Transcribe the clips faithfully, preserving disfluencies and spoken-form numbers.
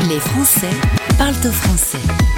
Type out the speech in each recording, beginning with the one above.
Les Français parlent au français.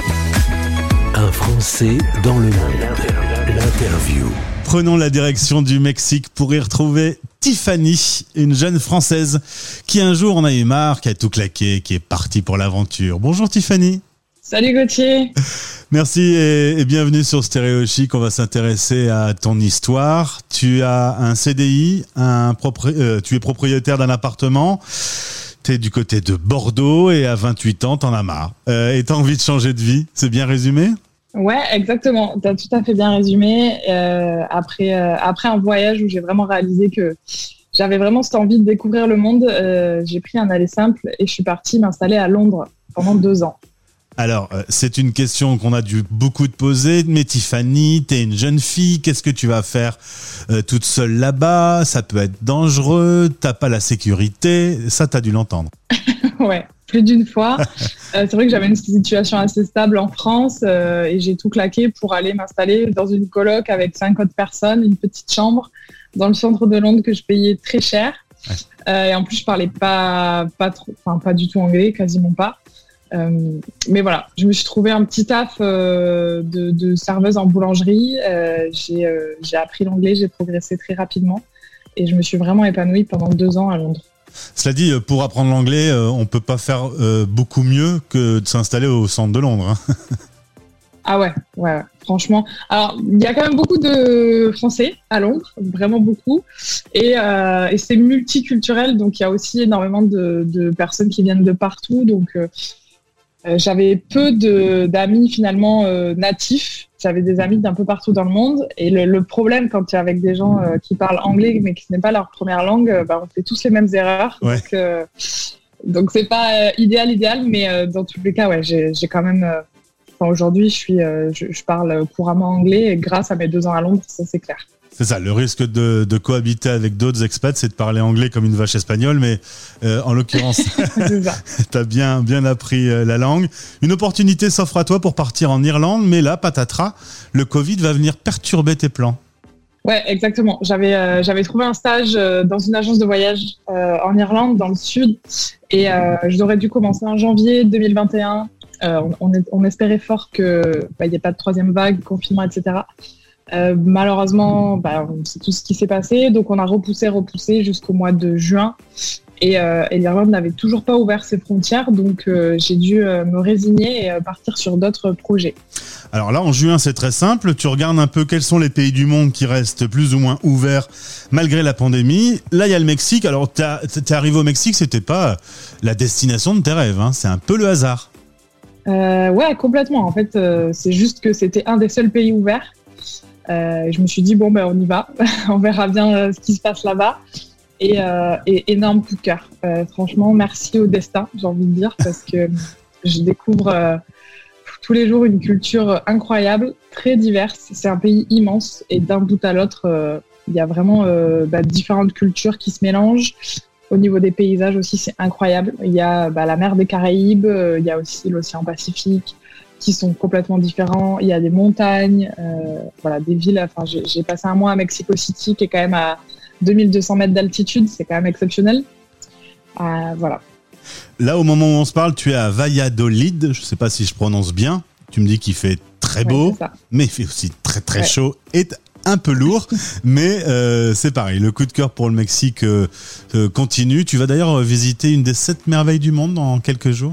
Un Français dans le monde. L'interview. Prenons la direction du Mexique pour y retrouver Tiffany, une jeune Française qui un jour en a eu marre, qui a tout claqué, qui est partie pour l'aventure. Bonjour Tiffany. Salut Gauthier. Merci et, et bienvenue sur Stéréo Chic. On va s'intéresser à ton histoire. Tu as un C D I, un propri- euh, tu es propriétaire d'un appartement. Tu es du côté de Bordeaux et à vingt-huit ans, t'en as marre. Euh, et t'as envie de changer de vie. C'est bien résumé ? Ouais, exactement. T'as tout à fait bien résumé. Euh, après, euh, après un voyage où j'ai vraiment réalisé que j'avais vraiment cette envie de découvrir le monde, euh, j'ai pris un aller simple et je suis partie m'installer à Londres pendant deux ans. Alors, euh, c'est une question qu'on a dû beaucoup te poser. Mais Tiffany, t'es une jeune fille, qu'est-ce que tu vas faire euh, toute seule là-bas ? Ça peut être dangereux, t'as pas la sécurité, ça t'as dû l'entendre. Ouais, plus d'une fois. Euh, c'est vrai que j'avais une situation assez stable en France euh, et j'ai tout claqué pour aller m'installer dans une coloc avec cinq autres personnes, une petite chambre dans le centre de Londres que je payais très cher. Ouais. Euh, et en plus, je parlais pas, pas trop, enfin pas du tout anglais, quasiment pas. Euh, mais voilà, je me suis trouvé un petit taf euh, de, de serveuse en boulangerie. Euh, j'ai, euh, j'ai appris l'anglais, j'ai progressé très rapidement et je me suis vraiment épanouie pendant deux ans à Londres. Cela dit, pour apprendre l'anglais, on ne peut pas faire beaucoup mieux que de s'installer au centre de Londres. Hein. Ah ouais, ouais, franchement. Alors, il y a quand même beaucoup de Français à Londres, vraiment beaucoup. Et, euh, et c'est multiculturel, donc il y a aussi énormément de, de personnes qui viennent de partout. Donc, euh, j'avais peu de, d'amis finalement euh, natifs. J'avais des amis d'un peu partout dans le monde. Et le, le problème quand tu es avec des gens euh, qui parlent anglais, mais qui ce n'est pas leur première langue, euh, bah, on fait tous les mêmes erreurs. Ouais. Donc, euh, donc, c'est pas euh, idéal, idéal, mais euh, dans tous les cas, ouais, j'ai, j'ai quand même... Euh, Enfin, aujourd'hui, je, suis, euh, je, je parle couramment anglais et grâce à mes deux ans à Londres, ça c'est clair. C'est ça, le risque de, de cohabiter avec d'autres expats, c'est de parler anglais comme une vache espagnole, mais euh, en l'occurrence, tu as bien, bien appris euh, la langue. Une opportunité s'offre à toi pour partir en Irlande, mais là, patatras, le Covid va venir perturber tes plans. Ouais, exactement. J'avais, euh, j'avais trouvé un stage euh, dans une agence de voyage euh, en Irlande, dans le sud, et euh, j'aurais dû commencer en janvier deux mille vingt et un. Euh, on, on, on espérait fort qu'il bah, n'y ait pas de troisième vague, confinement, et cetera. Euh, malheureusement, bah, c'est tout ce qui s'est passé. Donc, on a repoussé, repoussé jusqu'au mois de juin. Et, euh, et l'Irlande n'avait toujours pas ouvert ses frontières. Donc, euh, j'ai dû euh, me résigner et euh, partir sur d'autres projets. Alors là, en juin, c'est très simple. Tu regardes un peu quels sont les pays du monde qui restent plus ou moins ouverts malgré la pandémie. Là, il y a le Mexique. Alors, tu es arrivé au Mexique, c'était pas la destination de tes rêves. Hein. C'est un peu le hasard. Euh, ouais, complètement. En fait, euh, c'est juste que c'était un des seuls pays ouverts. Euh, je me suis dit, bon, ben, on y va. On verra bien euh, ce qui se passe là-bas. Et, euh, et énorme coup de cœur. Euh, franchement, merci au destin, j'ai envie de dire, parce que je découvre euh, tous les jours une culture incroyable, très diverse. C'est un pays immense et d'un bout à l'autre, euh, il y a vraiment euh, bah, différentes cultures qui se mélangent. Au niveau des paysages aussi, c'est incroyable. Il y a bah, la mer des Caraïbes, euh, il y a aussi l'océan Pacifique qui sont complètement différents. Il y a des montagnes, euh, voilà, des villes. Enfin, j'ai, j'ai passé un mois à Mexico City qui est quand même à deux mille deux cents mètres d'altitude. C'est quand même exceptionnel. Euh, voilà. Là, au moment où on se parle, tu es à Valladolid. Je ne sais pas si je prononce bien. Tu me dis qu'il fait très beau, ouais, mais il fait aussi très très ouais. chaud et un peu lourd, mais euh, c'est pareil. Le coup de cœur pour le Mexique euh, euh, continue. Tu vas d'ailleurs visiter une des sept merveilles du monde dans quelques jours.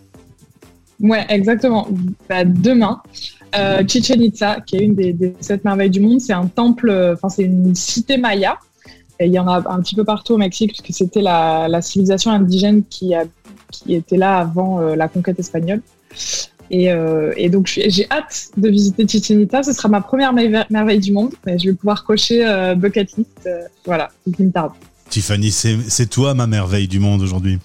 Ouais, exactement. Bah, demain, euh, Chichen Itza, qui est une des, des sept merveilles du monde, c'est un temple, enfin c'est une cité maya. Et il y en a un petit peu partout au Mexique, puisque c'était la, la civilisation indigène qui, a, qui était là avant euh, la conquête espagnole. Et, euh, et donc, j'ai hâte de visiter Chichen Itza. Ce sera ma première merveille du monde. Et je vais pouvoir cocher euh, bucket list. Euh, voilà, c'est qui me tarde. Tiffany, c'est, c'est toi ma merveille du monde aujourd'hui.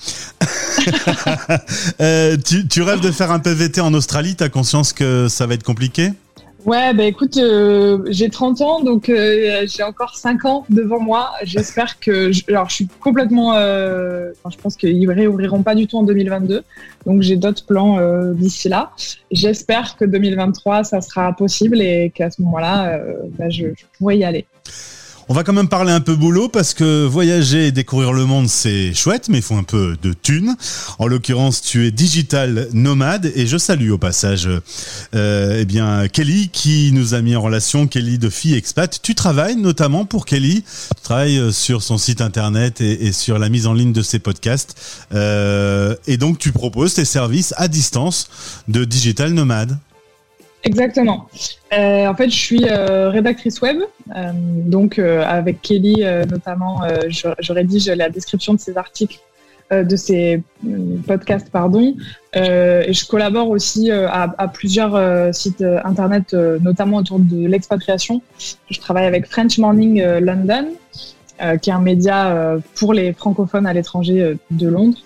euh, tu, tu rêves de faire un P V T en Australie. T'as conscience que ça va être compliqué ? Ouais, bah écoute, euh, j'ai trente ans, donc euh, j'ai encore cinq ans devant moi. J'espère que... Je, alors, je suis complètement... Euh, enfin, je pense qu'ils réouvriront pas du tout en deux mille vingt-deux. Donc, j'ai d'autres plans euh, d'ici là. J'espère que deux mille vingt-trois, ça sera possible et qu'à ce moment-là, euh, bah, je, je pourrai y aller. On va quand même parler un peu boulot parce que voyager et découvrir le monde, c'est chouette, mais il faut un peu de thunes. En l'occurrence, tu es digital nomade et je salue au passage euh, eh bien Kelly qui nous a mis en relation, Kelly de Fille Expat. Tu travailles notamment pour Kelly, tu travailles sur son site internet et, et sur la mise en ligne de ses podcasts. Euh, et donc, tu proposes tes services à distance de digital nomade. Exactement. Euh, en fait, je suis euh, rédactrice web. Euh, donc, euh, avec Kelly, euh, notamment, euh, je, je rédige la description de ses articles, euh, de ses euh, podcasts, pardon. Euh, et je collabore aussi euh, à, à plusieurs euh, sites euh, internet, euh, notamment autour de l'expatriation. Je travaille avec French Morning euh, London, euh, qui est un média euh, pour les francophones à l'étranger euh, de Londres.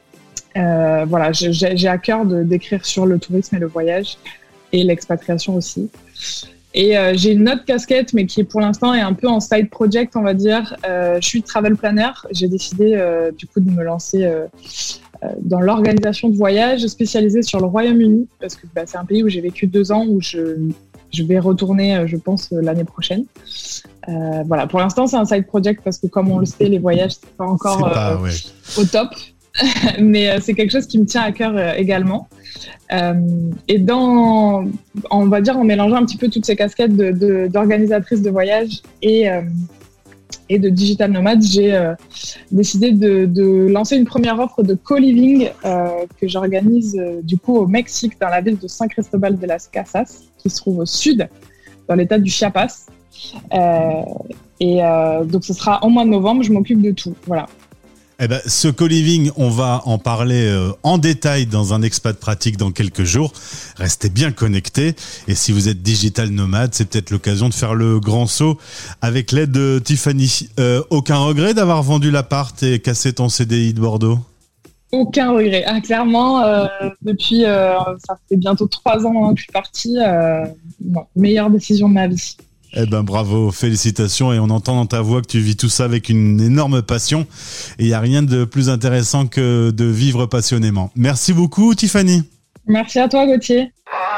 Euh, voilà, j'ai, j'ai à cœur de, d'écrire sur le tourisme et le voyage. Et l'expatriation aussi. Et euh, j'ai une autre casquette, mais qui pour l'instant est un peu en side project, on va dire. Euh, je suis travel planner. J'ai décidé euh, du coup de me lancer euh, euh, dans l'organisation de voyages spécialisée sur le Royaume-Uni, parce que bah, c'est un pays où j'ai vécu deux ans, où je, je vais retourner, je pense, l'année prochaine. Euh, voilà, pour l'instant c'est un side project parce que comme on le sait, les voyages c'est pas encore c'est pas, euh, ouais. au top. Mais euh, c'est quelque chose qui me tient à cœur euh, également. Euh, et dans, on va dire, en mélangeant un petit peu toutes ces casquettes de, de, d'organisatrice de voyage et, euh, et de digital nomade, j'ai euh, décidé de, de lancer une première offre de co-living euh, que j'organise euh, du coup au Mexique, dans la ville de San Cristobal de las Casas, qui se trouve au sud, dans l'état du Chiapas. Euh, et euh, donc ce sera au mois de novembre, je m'occupe de tout. Voilà. Eh ben, ce co-living, on va en parler euh, en détail dans un expat pratique dans quelques jours. Restez bien connectés. Et si vous êtes digital nomade, c'est peut-être l'occasion de faire le grand saut avec l'aide de Tiffany. Euh, aucun regret d'avoir vendu l'appart et cassé ton C D I de Bordeaux ? Aucun regret. Ah, clairement, euh, depuis, euh, ça fait bientôt trois ans que je suis partie. Euh, bon, meilleure décision de ma vie. Eh ben bravo, félicitations, et on entend dans ta voix que tu vis tout ça avec une énorme passion, et il n'y a rien de plus intéressant que de vivre passionnément. Merci beaucoup Tiffany. Merci à toi Gauthier.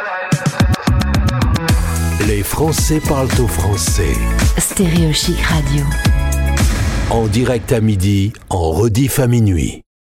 Les Français parlent au français. Stéréo Chic Radio. En direct à midi, en rediff à minuit.